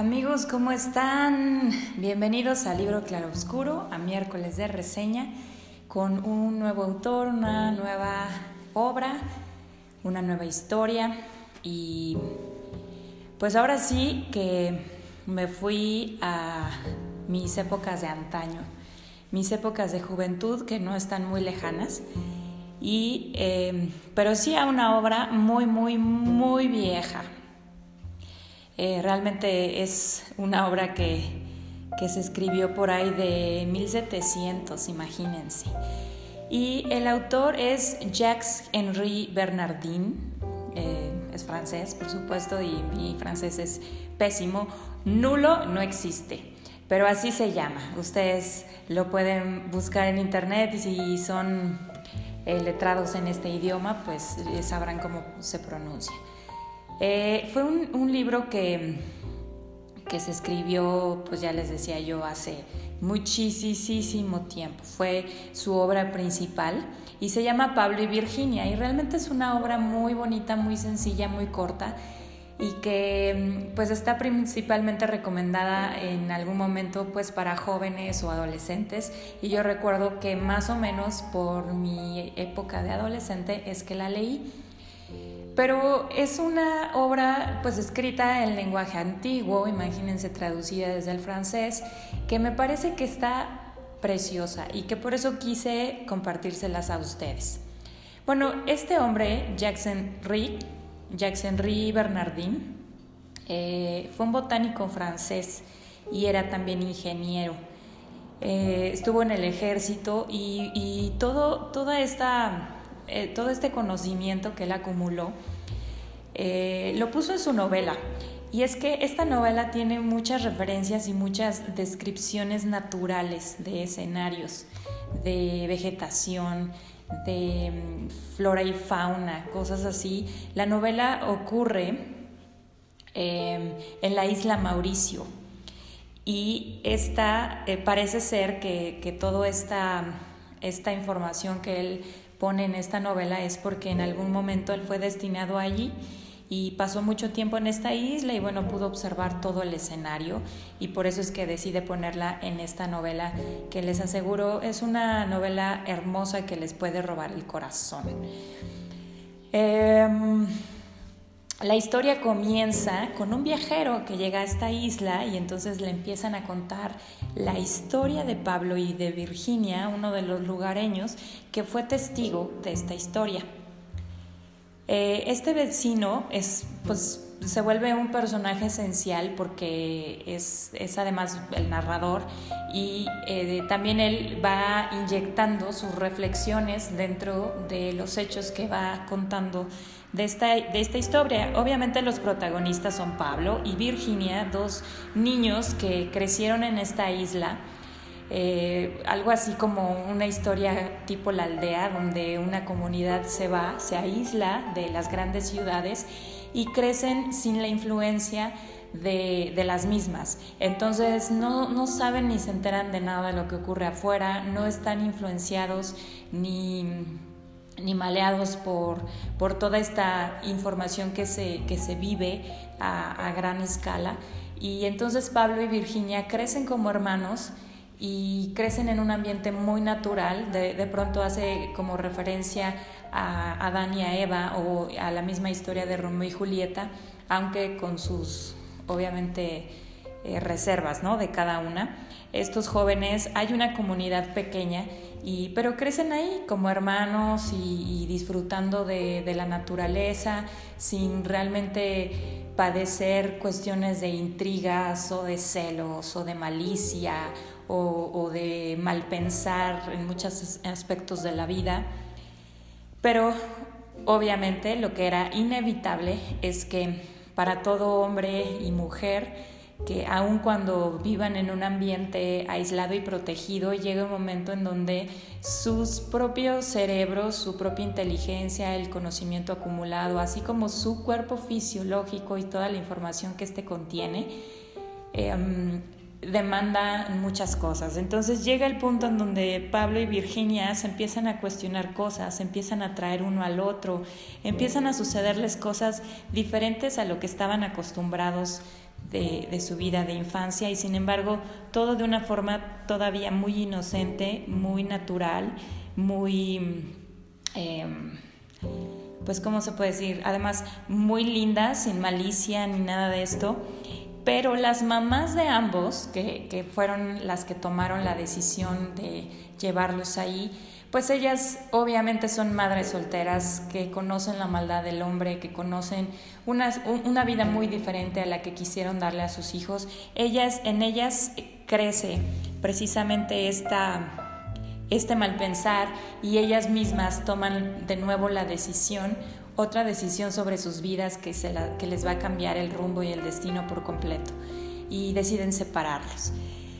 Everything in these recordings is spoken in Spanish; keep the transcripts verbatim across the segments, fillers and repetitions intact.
Amigos, ¿cómo están? Bienvenidos a Libro Claroscuro, a miércoles de reseña, con un nuevo autor, una nueva obra, una nueva historia. Y pues ahora sí que me fui a mis épocas de antaño, mis épocas de juventud que no están muy lejanas, y, eh, pero sí a una obra muy, muy, muy vieja. Eh, realmente es una obra que, que se escribió por ahí de mil setecientos, imagínense. Y el autor es Jacques-Henri Bernardin, eh, es francés, por supuesto, y mi francés es pésimo. Nulo no existe, pero así se llama. Ustedes lo pueden buscar en internet y si son eh, letrados en este idioma, pues eh, sabrán cómo se pronuncia. Eh, fue un, un libro que, que se escribió, pues ya les decía yo, hace muchísimo tiempo. Fue su obra principal y se llama Pablo y Virginia, y realmente es una obra muy bonita, muy sencilla, muy corta, y que pues está principalmente recomendada en algún momento pues para jóvenes o adolescentes. Y yo recuerdo que más o menos por mi época de adolescente es que la leí. Pero es una obra pues escrita en lenguaje antiguo, imagínense, traducida desde el francés, que me parece que está preciosa y que por eso quise compartírselas a ustedes. Bueno, este hombre, Jacques-Henri, Jacques-Henri Bernardin, eh, fue un botánico francés y era también ingeniero. Eh, estuvo en el ejército y, y todo, toda esta... Eh, todo este conocimiento que él acumuló eh, lo puso en su novela. Y es que esta novela tiene muchas referencias y muchas descripciones naturales de escenarios, de vegetación, de um, flora y fauna, cosas así. La novela ocurre eh, en la isla Mauricio, y esta eh, parece ser que, que toda esta, esta información que él pone en esta novela es porque en algún momento él fue destinado allí y pasó mucho tiempo en esta isla y bueno, pudo observar todo el escenario, y por eso es que decide ponerla en esta novela, que les aseguro es una novela hermosa que les puede robar el corazón. Eh, La historia comienza con un viajero que llega a esta isla y entonces le empiezan a contar la historia de Pablo y de Virginia, uno de los lugareños que fue testigo de esta historia. Eh, este vecino es, pues, se vuelve un personaje esencial porque es, es además el narrador, y eh, también él va inyectando sus reflexiones dentro de los hechos que va contando de esta, de esta historia. Obviamente los protagonistas son Pablo y Virginia, dos niños que crecieron en esta isla. Eh, algo así como una historia tipo La Aldea, donde una comunidad se va, se aísla de las grandes ciudades y crecen sin la influencia de, de las mismas. Entonces no, no saben ni se enteran de nada de lo que ocurre afuera, no están influenciados ni, ni maleados por, por toda esta información que se, que se vive a, a gran escala. Y entonces Pablo y Virginia crecen como hermanos y crecen en un ambiente muy natural. De, de pronto hace como referencia a Adán y a Eva o a la misma historia de Romeo y Julieta, aunque con sus, obviamente, eh, reservas, ¿no?, de cada una. Estos jóvenes, hay una comunidad pequeña, y, pero crecen ahí como hermanos y, y disfrutando de, de la naturaleza, sin realmente padecer cuestiones de intrigas o de celos o de malicia o, o de mal pensar en muchos aspectos de la vida. Pero obviamente lo que era inevitable es que para todo hombre y mujer, que aun cuando vivan en un ambiente aislado y protegido, llega un momento en donde sus propios cerebros, su propia inteligencia, el conocimiento acumulado, así como su cuerpo fisiológico y toda la información que éste contiene, eh, demanda muchas cosas. Entonces llega el punto en donde Pablo y Virginia se empiezan a cuestionar cosas, se empiezan a traer uno al otro, empiezan a sucederles cosas diferentes a lo que estaban acostumbrados de, de su vida de infancia, y sin embargo todo de una forma todavía muy inocente, muy natural, muy, eh, pues ¿cómo se puede decir? Además muy linda, sin malicia ni nada de esto. Pero las mamás de ambos, que, que fueron las que tomaron la decisión de llevarlos ahí, pues ellas obviamente son madres solteras que conocen la maldad del hombre, que conocen una, una vida muy diferente a la que quisieron darle a sus hijos. Ellas, en ellas crece precisamente esta, este mal pensar, y ellas mismas toman de nuevo la decisión, otra decisión sobre sus vidas que, se la, que les va a cambiar el rumbo y el destino por completo, y deciden separarlos.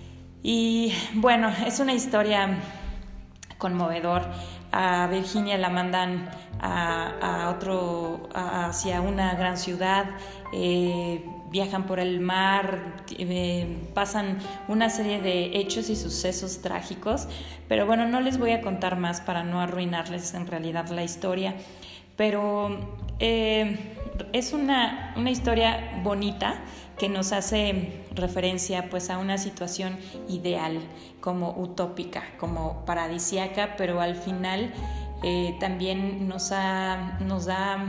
Y bueno, es una historia conmovedor. A Virginia la mandan a, a otro, a, hacia una gran ciudad, eh, viajan por el mar, eh, pasan una serie de hechos y sucesos trágicos, pero bueno, no les voy a contar más para no arruinarles en realidad la historia. Pero eh, es una, una historia bonita que nos hace referencia pues a una situación ideal, como utópica, como paradisíaca, pero al final eh, también nos, ha, nos da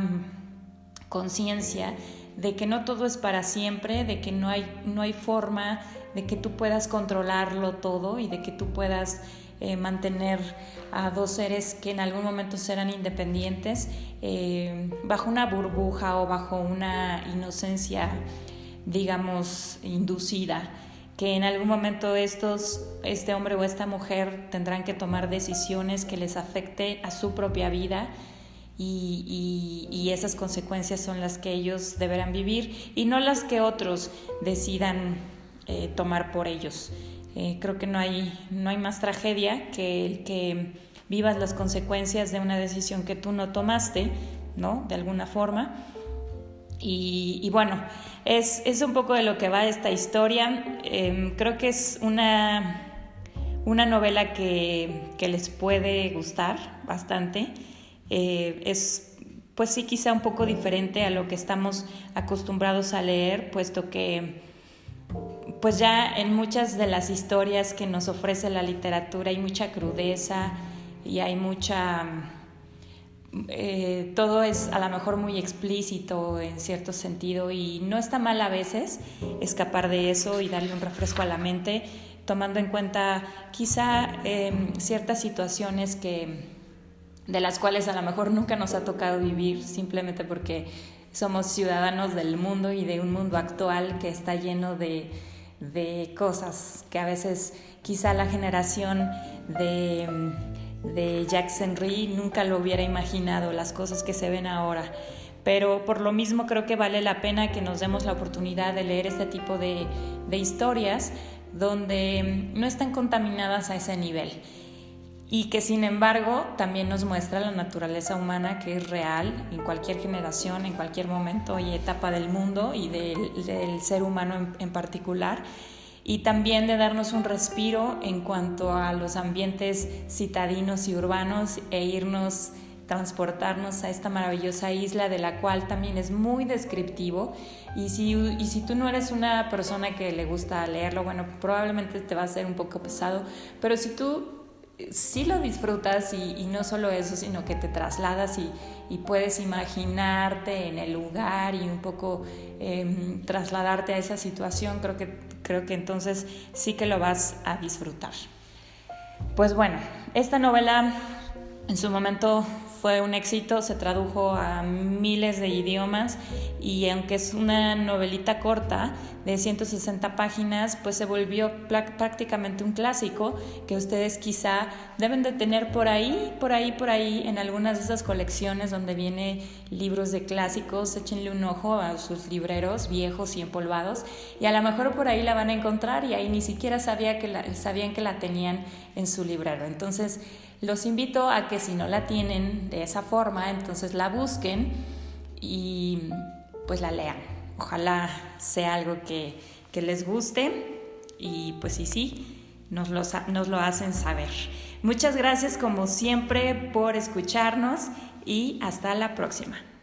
conciencia de que no todo es para siempre, de que no hay, no hay forma de que tú puedas controlarlo todo, y de que tú puedas Eh, mantener a dos seres que en algún momento serán independientes eh, bajo una burbuja o bajo una inocencia, digamos, inducida, que en algún momento estos, este hombre o esta mujer tendrán que tomar decisiones que les afecte a su propia vida, y, y, y esas consecuencias son las que ellos deberán vivir y no las que otros decidan eh, tomar por ellos. Eh, creo que no hay, no hay más tragedia que el que vivas las consecuencias de una decisión que tú no tomaste, ¿no? De alguna forma. Y, y bueno, es, es un poco de lo que va esta historia. Eh, creo que es una, una novela que, que les puede gustar bastante. Eh, es, pues sí, quizá un poco diferente a lo que estamos acostumbrados a leer, puesto que pues ya en muchas de las historias que nos ofrece la literatura hay mucha crudeza y hay mucha... Eh, todo es a lo mejor muy explícito en cierto sentido, y no está mal a veces escapar de eso y darle un refresco a la mente, tomando en cuenta quizá eh, ciertas situaciones que, de las cuales a lo mejor nunca nos ha tocado vivir, simplemente porque somos ciudadanos del mundo y de un mundo actual que está lleno de de cosas que a veces quizá la generación de, de Jacques Henry nunca lo hubiera imaginado, las cosas que se ven ahora. Pero por lo mismo creo que vale la pena que nos demos la oportunidad de leer este tipo de, de historias donde no están contaminadas a ese nivel, y que sin embargo también nos muestra la naturaleza humana, que es real en cualquier generación, en cualquier momento y etapa del mundo y del, del ser humano en, en particular, y también de darnos un respiro en cuanto a los ambientes citadinos y urbanos, e irnos, transportarnos a esta maravillosa isla, de la cual también es muy descriptivo. Y si, y si tú no eres una persona que le gusta leerlo, bueno, probablemente te va a ser un poco pesado, pero si tú sí lo disfrutas, y, y no solo eso, sino que te trasladas y, y puedes imaginarte en el lugar y un poco eh, trasladarte a esa situación, creo que, creo que entonces sí que lo vas a disfrutar. Pues bueno, esta novela en su momento fue un éxito, se tradujo a miles de idiomas, y aunque es una novelita corta de ciento sesenta páginas, pues se volvió prácticamente un clásico que ustedes quizá deben de tener por ahí, por ahí, por ahí, en algunas de esas colecciones donde viene libros de clásicos. Échenle un ojo a sus libreros viejos y empolvados, y a lo mejor por ahí la van a encontrar, y ahí ni siquiera sabía que la, sabían que la tenían en su librero. Entonces, los invito a que si no la tienen de esa forma, entonces la busquen y pues la lean. Ojalá sea algo que, que les guste, y pues sí, sí, nos lo, nos lo hacen saber. Muchas gracias como siempre por escucharnos, y hasta la próxima.